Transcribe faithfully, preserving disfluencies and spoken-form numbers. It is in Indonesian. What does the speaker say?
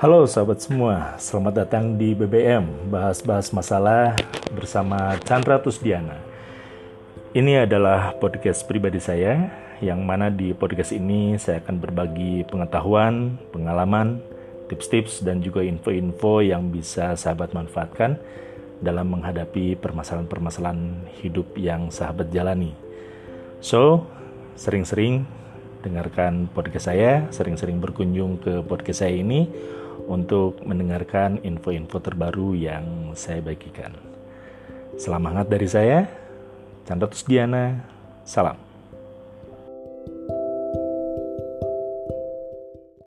Halo sahabat semua, selamat datang di B B M, bahas-bahas masalah bersama Chandra Tusdiana. Ini adalah podcast pribadi saya, yang mana di podcast ini saya akan berbagi pengetahuan, pengalaman, tips-tips, dan juga info-info yang bisa sahabat manfaatkan dalam menghadapi permasalahan-permasalahan hidup yang sahabat jalani. So, sering-sering dengarkan podcast saya, sering-sering berkunjung ke podcast saya ini untuk mendengarkan info-info terbaru yang saya bagikan. Salam hangat dari saya, Chandra Tusdiana. Salam.